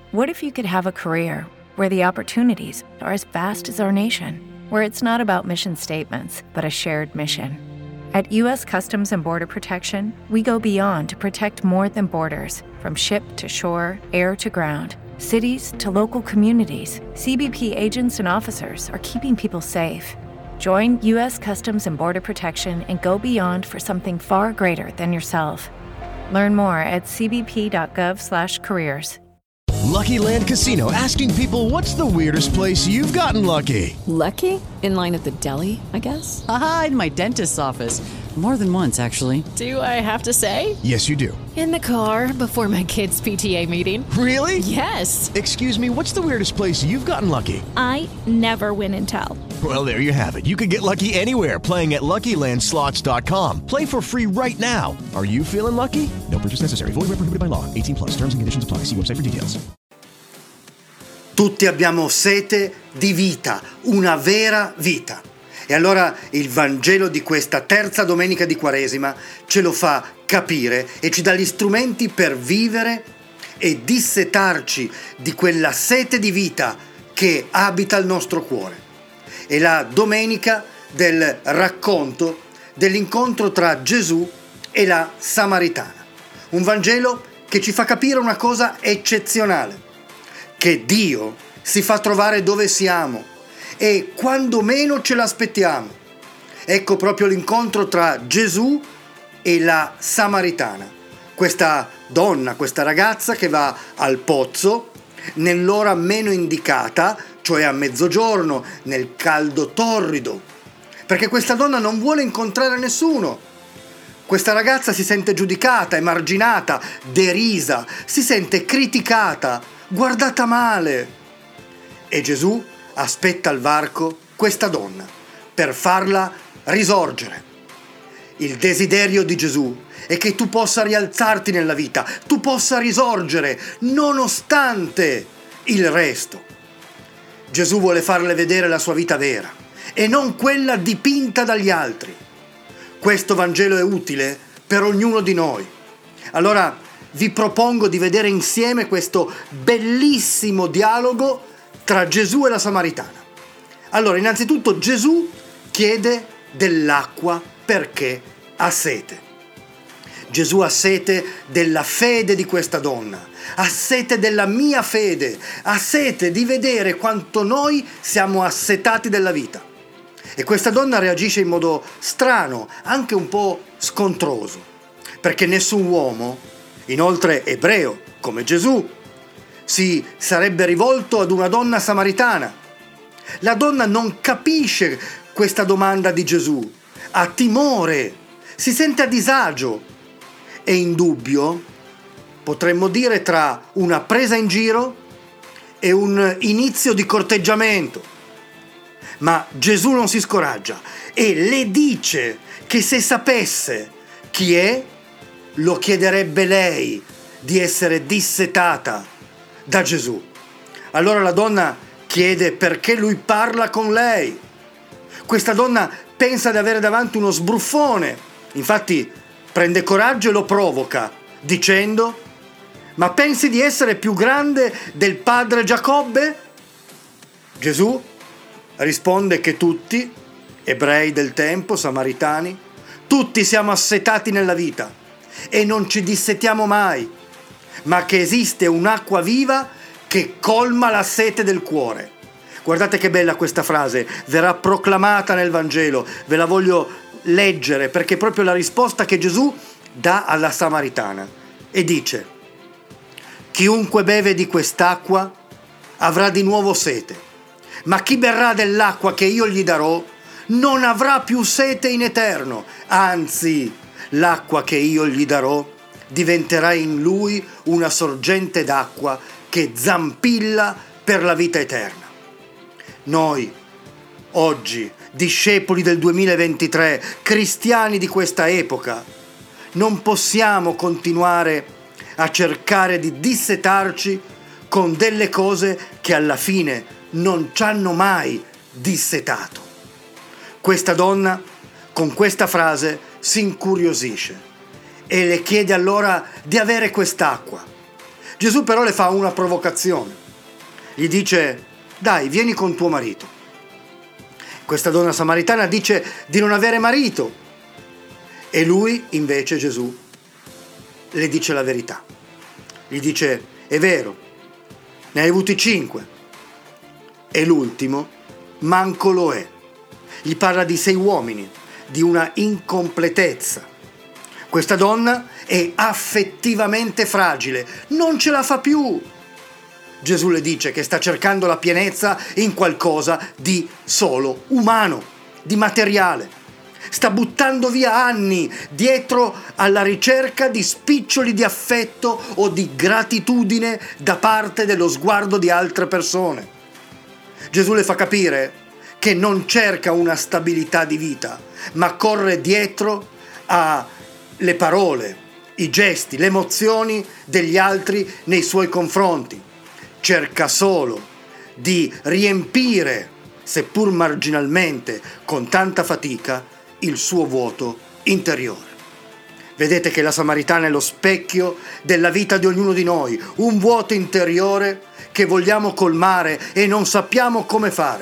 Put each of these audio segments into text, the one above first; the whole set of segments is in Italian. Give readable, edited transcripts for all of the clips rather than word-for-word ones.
What if you could have a career where the opportunities are as vast as our nation, where it's not about mission statements, but a shared mission? At U.S. Customs and Border Protection, we go beyond to protect more than borders. From ship to shore, air to ground, cities to local communities, CBP agents and officers are keeping people safe. Join U.S. Customs and Border Protection and go beyond for something far greater than yourself. Learn more at cbp.gov/careers. Lucky Land Casino, asking people, what's the weirdest place you've gotten lucky? Lucky? In line at the deli, I guess? Aha, in my dentist's office. More than once, actually. Do I have to say? Yes, you do. In the car before my kids' PTA meeting. Really? Yes. Excuse me, what's the weirdest place you've gotten lucky? I never win and tell. Well, there you have it. You can get lucky anywhere, playing at LuckyLandSlots.com. Play for free right now. Are you feeling lucky? No purchase necessary. Void where prohibited by law. 18+. Terms and conditions apply. See website for details. Tutti abbiamo sete di vita, una vera vita. E allora il Vangelo di questa terza domenica di Quaresima ce lo fa capire e ci dà gli strumenti per vivere e dissetarci di quella sete di vita che abita il nostro cuore. È la domenica del racconto dell'incontro tra Gesù e la Samaritana. Un Vangelo che ci fa capire una cosa eccezionale, che Dio si fa trovare dove siamo e quando meno ce l'aspettiamo. Ecco proprio l'incontro tra Gesù e la Samaritana, questa donna, questa ragazza che va al pozzo nell'ora meno indicata, cioè a mezzogiorno, nel caldo torrido, perché questa donna non vuole incontrare nessuno. Questa ragazza si sente giudicata, emarginata, derisa, si sente criticata, guardata male. E Gesù aspetta al varco questa donna per farla risorgere. Il desiderio di Gesù è che tu possa rialzarti nella vita, tu possa risorgere nonostante il resto. Gesù vuole farle vedere la sua vita vera e non quella dipinta dagli altri. Questo Vangelo è utile per ognuno di noi. Allora vi propongo di vedere insieme questo bellissimo dialogo tra Gesù e la Samaritana. Allora, innanzitutto Gesù chiede dell'acqua perché ha sete. Gesù ha sete della fede di questa donna, ha sete della mia fede, ha sete di vedere quanto noi siamo assetati della vita. E questa donna reagisce in modo strano, anche un po' scontroso, perché nessun uomo, inoltre ebreo come Gesù, si sarebbe rivolto ad una donna samaritana. La donna non capisce questa domanda di Gesù, ha timore, si sente a disagio, è in dubbio, potremmo dire, tra una presa in giro e un inizio di corteggiamento. Ma Gesù non si scoraggia e le dice che se sapesse chi è, lo chiederebbe lei di essere dissetata da Gesù. Allora la donna chiede perché lui parla con lei. Questa donna pensa di avere davanti uno sbruffone, infatti prende coraggio e lo provoca, dicendo: ma pensi di essere più grande del padre Giacobbe? Gesù risponde che tutti, ebrei del tempo, samaritani, tutti siamo assetati nella vita e non ci dissetiamo mai, ma che esiste un'acqua viva che colma la sete del cuore. Guardate che bella questa frase, verrà proclamata nel Vangelo, ve la voglio leggere perché è proprio la risposta che Gesù dà alla Samaritana e dice: chiunque beve di quest'acqua avrà di nuovo sete, ma chi berrà dell'acqua che io gli darò non avrà più sete in eterno, anzi l'acqua che io gli darò diventerà in lui una sorgente d'acqua che zampilla per la vita eterna. Noi, oggi, discepoli del 2023, cristiani di questa epoca, non possiamo continuare a cercare di dissetarci con delle cose che alla fine non ci hanno mai dissetato. Questa donna, con questa frase, si incuriosisce e le chiede allora di avere quest'acqua, Gesù però le fa una provocazione. Gli dice: dai, vieni con tuo marito. Questa donna samaritana dice di non avere marito e lui invece, Gesù, le dice la verità. Gli dice: è vero, ne hai avuti 5 e l'ultimo manco lo è. Gli parla di 6 uomini, di una incompletezza. Questa donna è affettivamente fragile, non ce la fa più. Gesù le dice che sta cercando la pienezza in qualcosa di solo umano, di materiale. Sta buttando via anni dietro alla ricerca di spiccioli di affetto o di gratitudine da parte dello sguardo di altre persone. Gesù le fa capire che non cerca una stabilità di vita, ma corre dietro alle parole, i gesti, le emozioni degli altri nei suoi confronti. Cerca solo di riempire, seppur marginalmente, con tanta fatica, il suo vuoto interiore. Vedete che la Samaritana è lo specchio della vita di ognuno di noi, un vuoto interiore che vogliamo colmare e non sappiamo come fare.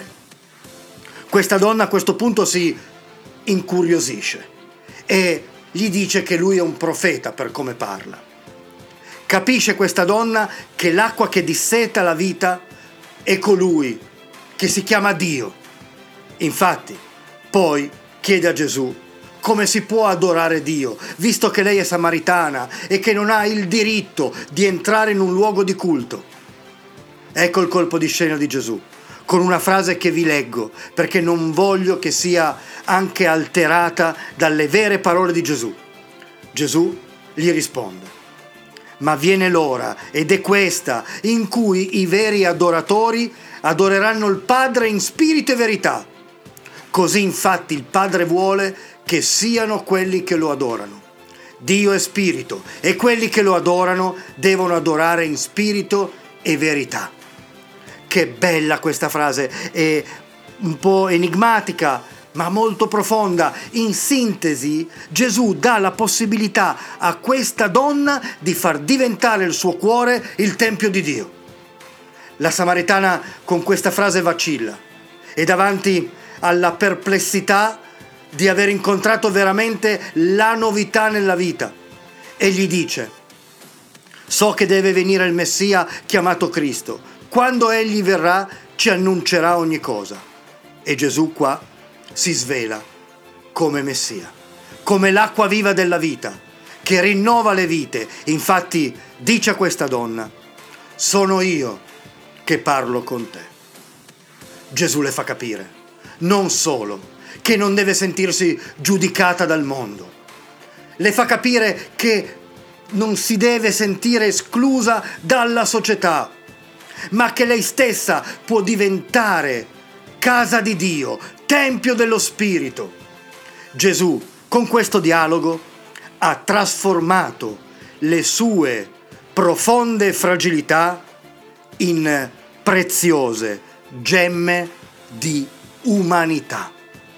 Questa donna a questo punto si incuriosisce e gli dice che lui è un profeta per come parla. Capisce questa donna che l'acqua che disseta la vita è colui che si chiama Dio. Infatti, poi chiede a Gesù come si può adorare Dio, visto che lei è samaritana e che non ha il diritto di entrare in un luogo di culto. Ecco il colpo di scena di Gesù, con una frase che vi leggo, perché non voglio che sia anche alterata dalle vere parole di Gesù. Gesù gli risponde: ma viene l'ora, ed è questa, in cui i veri adoratori adoreranno il Padre in spirito e verità. Così infatti il Padre vuole che siano quelli che lo adorano. Dio è spirito e quelli che lo adorano devono adorare in spirito e verità. Che bella questa frase, è un po' enigmatica, ma molto profonda. In sintesi, Gesù dà la possibilità a questa donna di far diventare il suo cuore il tempio di Dio. La Samaritana con questa frase vacilla e davanti alla perplessità di aver incontrato veramente la novità nella vita, e gli dice: so che deve venire il Messia chiamato Cristo. Quando egli verrà ci annuncerà ogni cosa. E Gesù qua si svela come Messia, come l'acqua viva della vita, che rinnova le vite. Infatti dice a questa donna: sono io che parlo con te. Gesù le fa capire, non solo che non deve sentirsi giudicata dal mondo, le fa capire che non si deve sentire esclusa dalla società, ma che lei stessa può diventare casa di Dio, tempio dello Spirito. Gesù, con questo dialogo, ha trasformato le sue profonde fragilità in preziose gemme di umanità.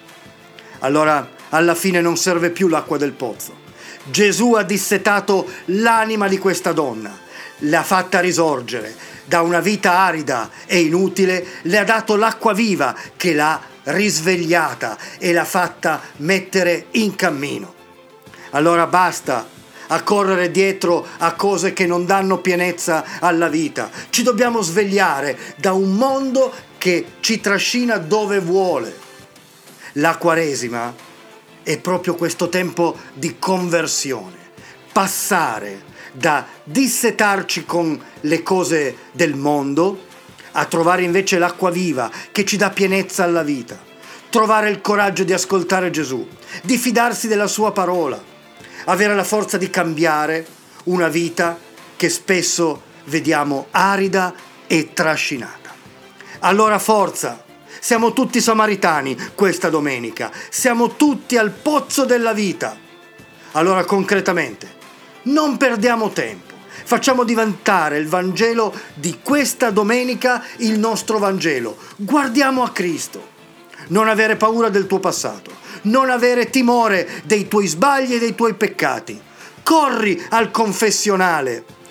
Allora, alla fine non serve più l'acqua del pozzo. Gesù ha dissetato l'anima di questa donna, l'ha fatta risorgere da una vita arida e inutile, le ha dato l'acqua viva che l'ha risvegliata e l'ha fatta mettere in cammino. Allora basta a correre dietro a cose che non danno pienezza alla vita. Ci dobbiamo svegliare da un mondo che ci trascina dove vuole. La Quaresima è proprio questo tempo di conversione, passare da dissetarci con le cose del mondo a trovare invece l'acqua viva che ci dà pienezza alla vita, trovare il coraggio di ascoltare Gesù, di fidarsi della sua parola, avere la forza di cambiare una vita che spesso vediamo arida e trascinata. Allora forza! Siamo tutti samaritani questa domenica, siamo tutti al pozzo della vita. Allora concretamente, non perdiamo tempo, facciamo diventare il Vangelo di questa domenica il nostro Vangelo. Guardiamo a Cristo, non avere paura del tuo passato, non avere timore dei tuoi sbagli e dei tuoi peccati. Corri al confessionale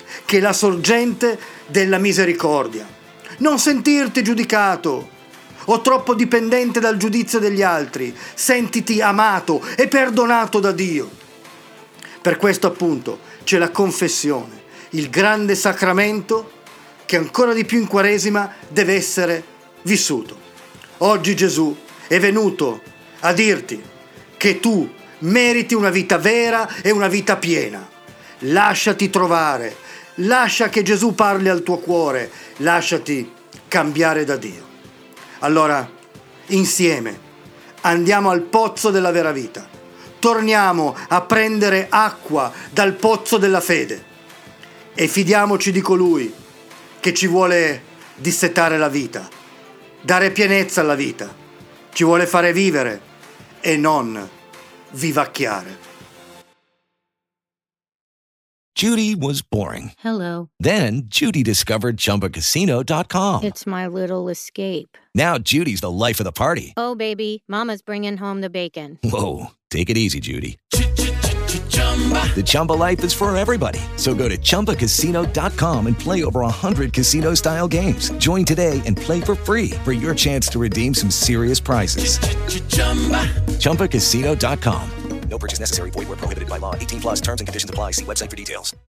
che è la sorgente della misericordia. Non sentirti giudicato o troppo dipendente dal giudizio degli altri. Sentiti amato e perdonato da Dio. Per questo appunto c'è la confessione, il grande sacramento che ancora di più in Quaresima deve essere vissuto. Oggi Gesù è venuto a dirti che tu meriti una vita vera e una vita piena. Lasciati trovare, lascia che Gesù parli al tuo cuore, lasciati cambiare da Dio. Allora, insieme, andiamo al pozzo della vera vita. Torniamo a prendere acqua dal pozzo della fede e fidiamoci di colui che ci vuole dissetare la vita, dare pienezza alla vita, ci vuole fare vivere e non vivacchiare. Judy was boring. Hello. Then Judy discovered ChumbaCasino.com. It's my little escape. Now Judy's the life of the party. Oh, baby, mama's bringing home the bacon. Whoa, take it easy, Judy. The Chumba life is for everybody. So go to ChumbaCasino.com and play over 100 casino-style games. Join today and play for free for your chance to redeem some serious prizes. ChumbaCasino.com. No purchase necessary. Void where prohibited by law. 18+ terms and conditions apply. See website for details.